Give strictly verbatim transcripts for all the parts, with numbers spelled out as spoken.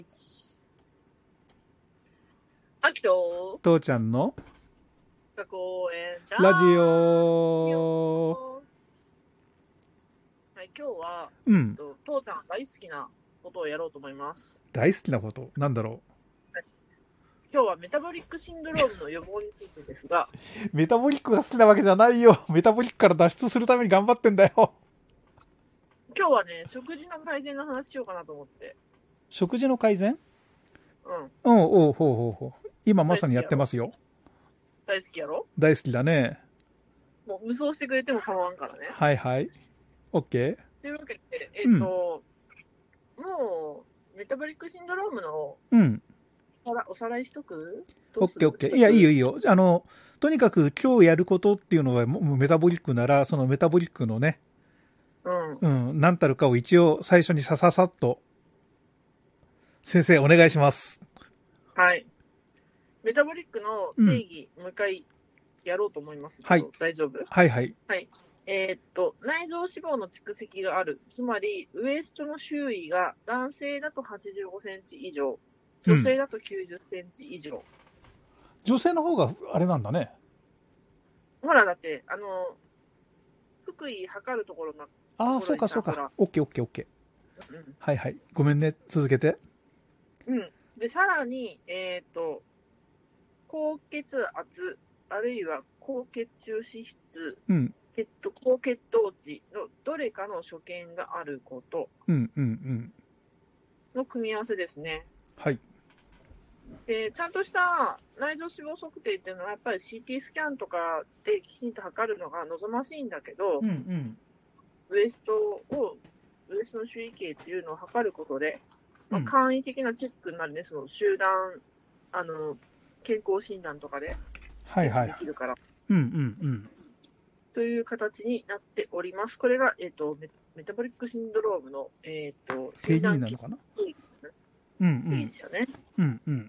あきと父ちゃんの公園ラジオ。 はい、今日は、 うん。 と父ちゃん大好きなことをやろうと思います。 大好きなことなんだろ今日はメタボリックシンドロームの予防についてですが、 う。メタボリックが好きなわけじゃないよ。メタボリックから脱出するために頑張ってんだよ。 今日はね、食事の改善の話しようかなと思って。 食事の改善？ うん。 うん、おう、ほうほうほう。今まさにやってますよ。 大好きやろ？ 大好きだね。 もう無双してくれても構わんからね。 はいはい。オッケというわけで、えっ、ー、と、うん、もう、メタボリックシンドロームの、 うん。 おさらいしとく？ オッケーオッケー。いや、いいよいいよ。あの、とにかく今日やることっていうのは、もうメタボリックなら、そのメタボリックのね、 うん。 うん、何たるかを一応最初にさささっと、先生お願いします。 はい。メタボリックの定義、うん、もう一回やろうと思いますけど、はい、大丈夫？ はいはい。 はい。えー、っと、内臓脂肪の蓄積がある。つまり、ウエストの周囲が男性だとはちじゅうごセンチ以上、女性だときゅうじゅっセンチ以上。うん、 女性の方があれなんだね。 ほら、だって、あの、腹囲測るところの。 ああ、そうかそうか。オッケーオッケーオッケー。うん、はいはい。ごめんね。続けて。 うん。で、さらに、えっと、高血圧、あるいは高血中脂質、うん、血高血糖値のどれかの所見があること、 うんうんうん、 の組み合わせですね。 はい。 で、ちゃんとした内臓脂肪測定っていうのはやっぱり シーティー スキャンとかできちんと測るのが望ましいんだけど、 うんうん、 ウエストを、ウエストの周囲形っていうのを測ることで、まあ、簡易的なチェックになるね、その集団、あの、健康診断とかでチェックできるから。 うんうんうん。 という形になっております。これが、えっと、メ, メタボリックシンドロームの、えっと、 定義なのかな？うんうん。 定義でしたね。 うんうん。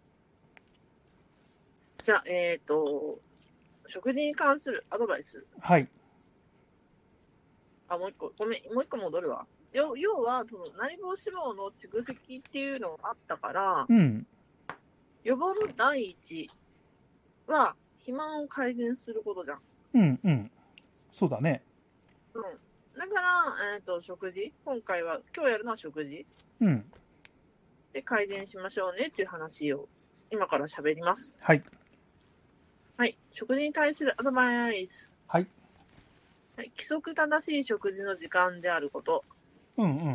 じゃあ、えっと、食事に関するアドバイス。 はい。 あ、もう一個、ごめん、もう一個戻るわ。要要は、その内臓脂肪の蓄積っていうのがあったから、 うん、予防の第一は、肥満を改善することじゃん。 うんうん。そうだね。 うん。だから、えっと、食事。今回は、今日やるのは食事。 うん。 で、改善しましょうねっていう話を、今から喋ります。 はい。 はい。食事に対するアドバイス。 はい。 はい、規則正しい食事の時間であること。 うんうんうん。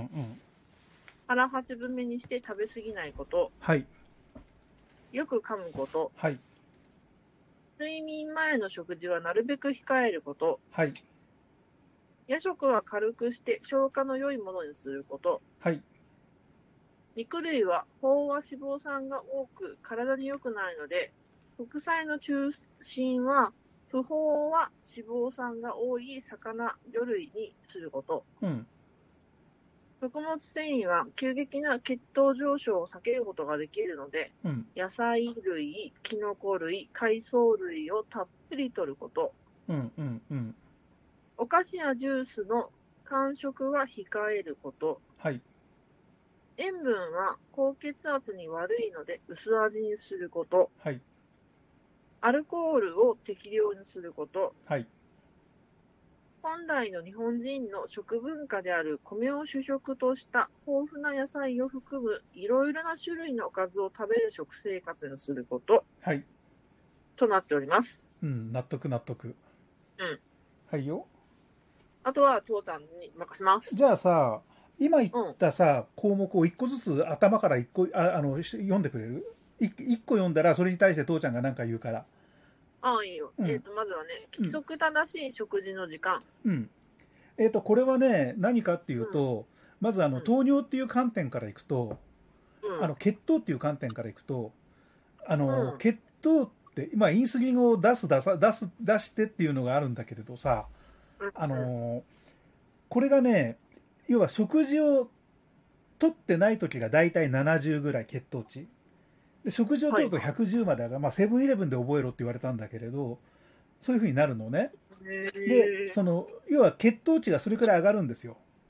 腹八分目にして食べ過ぎないこと。 はい。 よく噛むこと。 はい。 睡眠前の食事はなるべく控えること。 はい。 夜食は軽くして消化の良いものにすること。 はい。 肉類は飽和脂肪酸が多く体に良くないので、副菜の中心は不飽和脂肪酸が多い魚、魚類にすること。 うん、 食物繊維は急激な血糖上昇を避けることができるので、 うん、 野菜類、キノコ類、海藻類をたっぷり摂ること。 うんうんうん、 お菓子やジュースの間食は控えること。 はい。 塩分は高血圧に悪いので薄味にすること。 はい。アルコールを適量にすること。 はい。 本来の日本人の食文化である米を主食とした豊富な野菜を含むいろいろな種類のおかずを食べる食生活にすること、 はい、 となっております。 うん、納得納得。 うん。 はいよ。 あとは父ちゃんに任せます。 じゃあさ、今言ったさ、うん、項目を一個ずつ頭から一個ああの読んでくれる？一個読んだらそれに対して父ちゃんが何か言うから。 ああ、いいよ。うん、えっ、ー、と、まずはね、規則正しい食事の時間。 うん。えっ、ー、と、これはね、何かっていうと、うん、まずあの、糖尿っていう観点からいくと、うん、あの、血糖っていう観点からいくと、あの、うん、血糖って、まあ、インスリンを出す、出さ、出す、出してっていうのがあるんだけれどさ、あの、これがね、要は食事を取ってない時がだいたいななじゅうぐらい血糖値。で食事を取るとひゃくじゅうまで上がる、まあ、セブンイレブンで覚えろって言われたんだけれど、そういうふうになるのね。で、その要は血糖値がそれくらい上がるんですよ。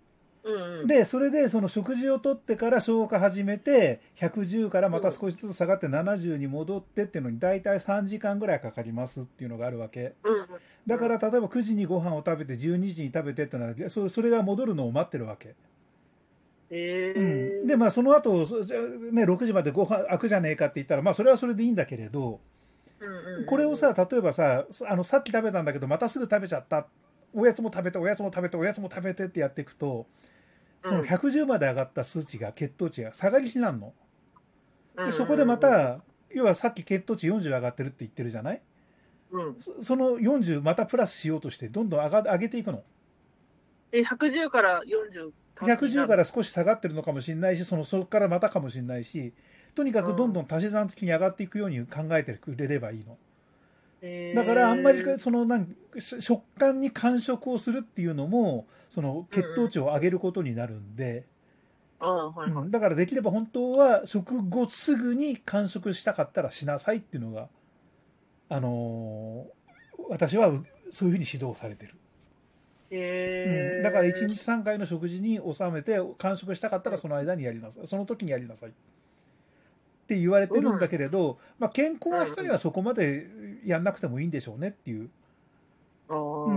うんうん、 でそれでその食事をとってから消化始めてひゃくじゅうからまた少しずつ下がってななじゅうに戻ってっていうのに大体さんじかんぐらいかかりますっていうのがあるわけ。 うんうん、 だから例えばくじにご飯を食べてじゅうにじに食べてってのはそそれが戻るのを待ってるわけ。 えうん、 ー、 でまあその後、ね、ろくじまでご飯開くじゃねえかって言ったらまあそれはそれでいいんだけれど、 うんうんうんうん、 これをさ例えばさあのさっき食べたんだけどまたすぐ食べちゃった、おやつも食べておやつも食べておやつも食べてってやっていくとそのひゃくじゅうまで上がった数値が血糖値が下がりになるの。でそこでまた要はさっき血糖値よんじゅう上がってるって言ってるじゃない、 うん、 そそのよんじゅうまたプラスしようとしてどんどん上が上げていくの。 え、ひゃくじゅうからよんじゅうひゃくじゅうから少し下がってるのかもしれないしそのそこからまたかもしれないしとにかくどんどん足し算的に上がっていくように考えてくれればいいの。だからあんまりそのなん食感に間食をするっていうのもその血糖値を上げることになるんで、だからできれば本当は食後すぐに間食したかったらしなさいっていうのが、あのー、私はそういうふうに指導されてる。 へうん、だからいちにちさんかいの食事に収めて間食したかったらその間にやりなさい、その時にやりなさいって言われてるんだけれど、まあ、健康な人にはそこまでやんなくてもいいんでしょうねっていう。うん、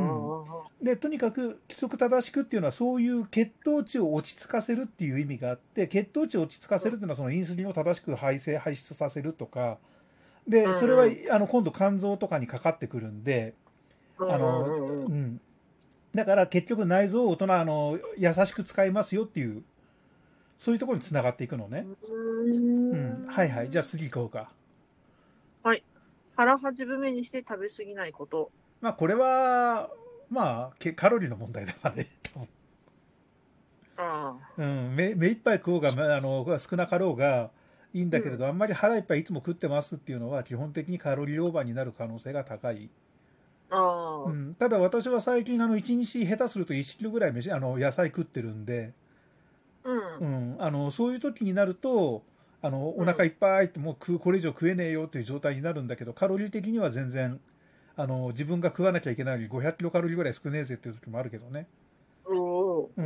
でとにかく規則正しくっていうのはそういう血糖値を落ち着かせるっていう意味があって、血糖値を落ち着かせるっていうのはそのインスリンを正しく排泄排出させるとかで、それはあの今度肝臓とかにかかってくるんで、あの、うん、だから結局内臓を大人あの優しく使いますよっていうそういうところにつながっていくのね。うん、はいはい、じゃあ次行こうか。 はい、腹八分目にして食べ過ぎないこと。 まあこれはまあカロリーの問題だからね。 あうん、目目いっぱい食おうがあの少なかろうがいいんだけれど、うん、あんまり腹いっぱいいつも食ってますっていうのは基本的にカロリーオーバーになる可能性が高い。 あ、 うん、ただ私は最近あのいちにち下手するといちキロぐらい飯あの野菜食ってるんで、 うんうん、あのそういう時になるとあのお腹いっぱいってもうこれ以上食えねえよっていう状態になるんだけど、カロリー的には全然あの自分が食わなきゃいけないのにごひゃくキロカロリーぐらい少ねえぜっていう時もあるけどね。うん、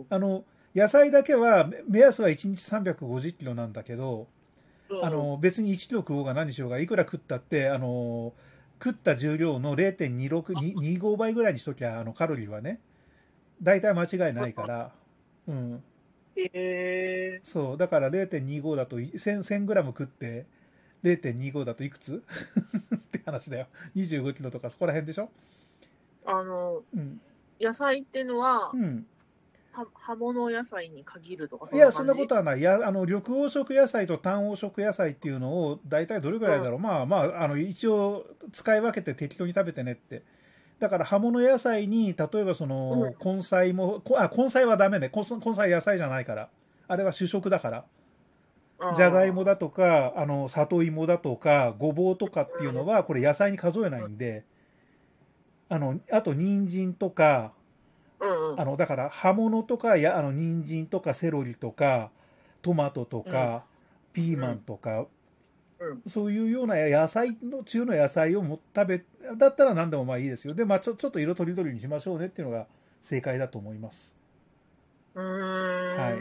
あの野菜だけは目安はいちにちさんびゃくごじゅっキロなんだけど、あの別にいちキロ食おうが何しようがいくら食ったってあの食った重量の れいてんにろく、にじゅうご 倍ぐらいにしときゃあのカロリーはね大体間違いないから、うん、 へー、 そうだから れいてんにじゅうご だと せんグラム食って れいてんにじゅうご だといくつって話だよ。にじゅうごキロとかそこら辺でしょ。 あの、 うん、 野菜っていうのは、 うん、 葉物野菜に限るとかいやそんなことはない。いやあの緑黄色野菜と単黄色野菜っていうのを大体どれぐらいだろう、うん、まあまああの一応使い分けて適当に食べてねって。だから葉物野菜に例えばその根菜も、あ根菜はダメね、根菜野菜じゃないからあれは主食だから、じゃがいもだとかあの里芋だとかごぼうとかっていうのはこれ野菜に数えないんで、あのあと人参とか、あのだから葉物とかやあの人参とかセロリとかトマトとか、ピーマンとか、そういうような野菜の中の野菜をも食べだったら何でもまあいいですよ。でまあちょちょっと色とりどりにしましょうねっていうのが正解だと思います。 うーん、 はい。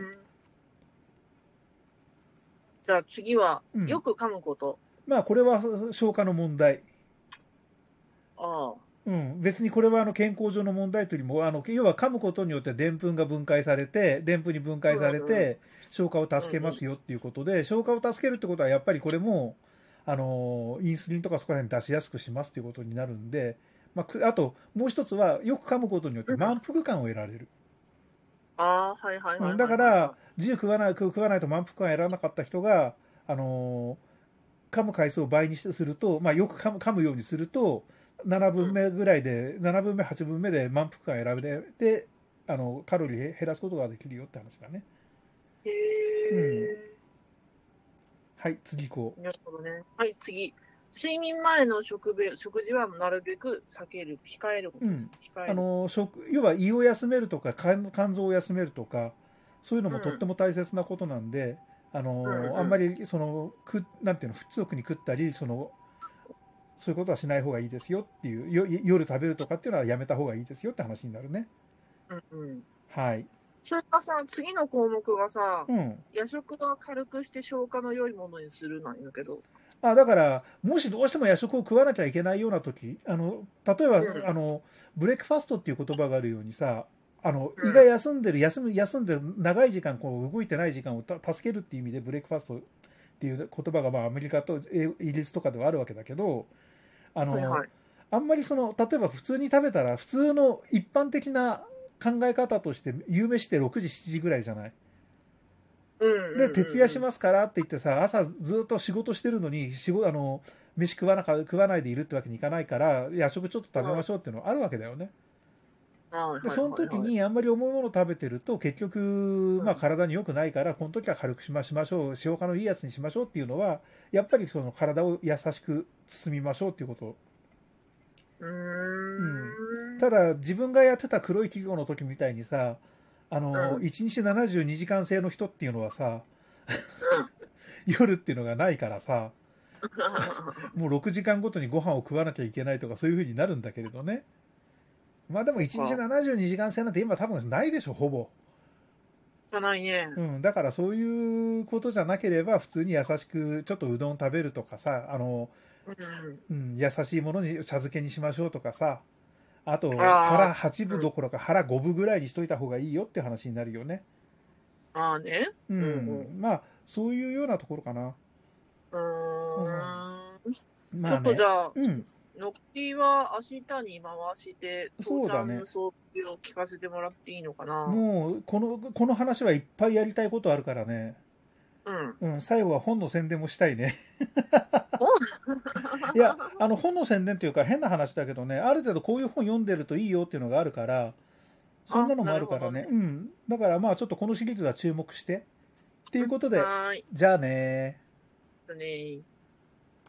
じゃあ次は、うん、よく噛むこと。 まあこれは消化の問題。 ああ。 うん、別にこれはあの健康上の問題というよりもあの要は噛むことによってでんぷんが分解されてでんぷんに分解されて消化を助けますよっていうことで、消化を助けるってことはやっぱりこれもあのインスリンとかそこら辺出しやすくしますということになるんで、まあ、あともう一つはよく噛むことによって満腹感を得られる。 ああ、はいはいはい。 だから自由食わない食わないと満腹感を得られなかった人があの噛む回数を倍にすると、まあ、よく噛む噛むようにするとななぶんめぐらいで、うん、ななぶんめはちぶんめで満腹感を選べてあのカロリー減らすことができるよって話だね。 へえ、うん、 はい次行こう。 なるほどね。はい次、睡眠前の食べ食事はなるべく避ける控えることです、うん、控える。 あの食要は胃を休めるとか肝臓を休めるとかそういうのもとっても大切なことなんで、うん、あの、うんうん、あんまりそのくなんていうの不足に食ったりそのそういうことはしない方がいいですよっていう夜食べるとかっていうのはやめた方がいいですよって話になるね。 うんうん、 はい。 それがさ、次の項目がさ、 うん。 夜食は軽くして消化の良いものにするなんだけど。 あ、だから、もしどうしても夜食を食わなきゃいけないような時、あの、例えば、 うん。 あの、ブレックファストっていう言葉があるようにさ、あの、胃がうん。 休んでる、休む、休んでる長い時間、こう、動いてない時間をた助けるっていう意味で、ブレックファストっていう言葉が、まあ、アメリカとえイギリスとかではあるわけだけど、あの、 はいはい。 あんまりその、例えば普通に食べたら、普通の一般的な考え方として、夕飯ってろくじ、しちじぐらいじゃない。 うんで、 うん徹夜しうんますからって言ってさ、朝ずっと仕事してるのに、仕事、あの、飯食わなか、食わないでいるってわけにいかないから、夜食ちょっとうん。あ食べましょうっていうのはあるわけだよね。 あ、はいで、 はいその時はいはい。 にあんまり重いものを食べてると、結局、まあうん。 体に良くないから、この時は軽くしましましょう、消化のいいやつにしましょうっていうのは、やっぱりその体を優しく包みましょうっていうこと。 ううん。 ーん。 ただ、自分がやってた黒い企業の時みたいにさ、あの、 うん。 いちにちななじゅうにじかん制の人っていうのはさ、 うん。 夜っていうのがないからさ、もうろくじかんごとにご飯を食わなきゃいけないとかそういう風になるんだけれどね。まあでもいちにちそっか。 ななじゅうにじかん制なんて今多分ないでしょ、ほぼ。 じゃないね。 うん、だからそういうことじゃなければ普通に優しくちょっとうどん食べるとかさ、あの、 うん。 うん、優しいものに茶漬けにしましょうとかさ、あとああ、 腹はちぶうん。 どころか腹ごぶぐらいにしといた方がいいよって話になるよね。 ああね。 ううんうん。 ん、まあそういうようなところかな。 ううん、 ーん。ちょっとじまあね、 ゃあ、 うん、 残りは明日に回して、父ちゃんのそうだね。 総評を聞かせてもらっていいのかな。 もうこの、この話はいっぱいやりたいことあるからね。 うん。 うん、最後は本の宣伝もしたいね。 おいや、あの本の宣伝っていうか変な話だけどね、ある程度こういう本読んでるといいよっていうのがあるから、そんあ、 なのもなあるからね。 るほどね。 うん。だからまあちょっとこのシリーズは注目して。っていうことで、 はーい。 じゃあねー。 ね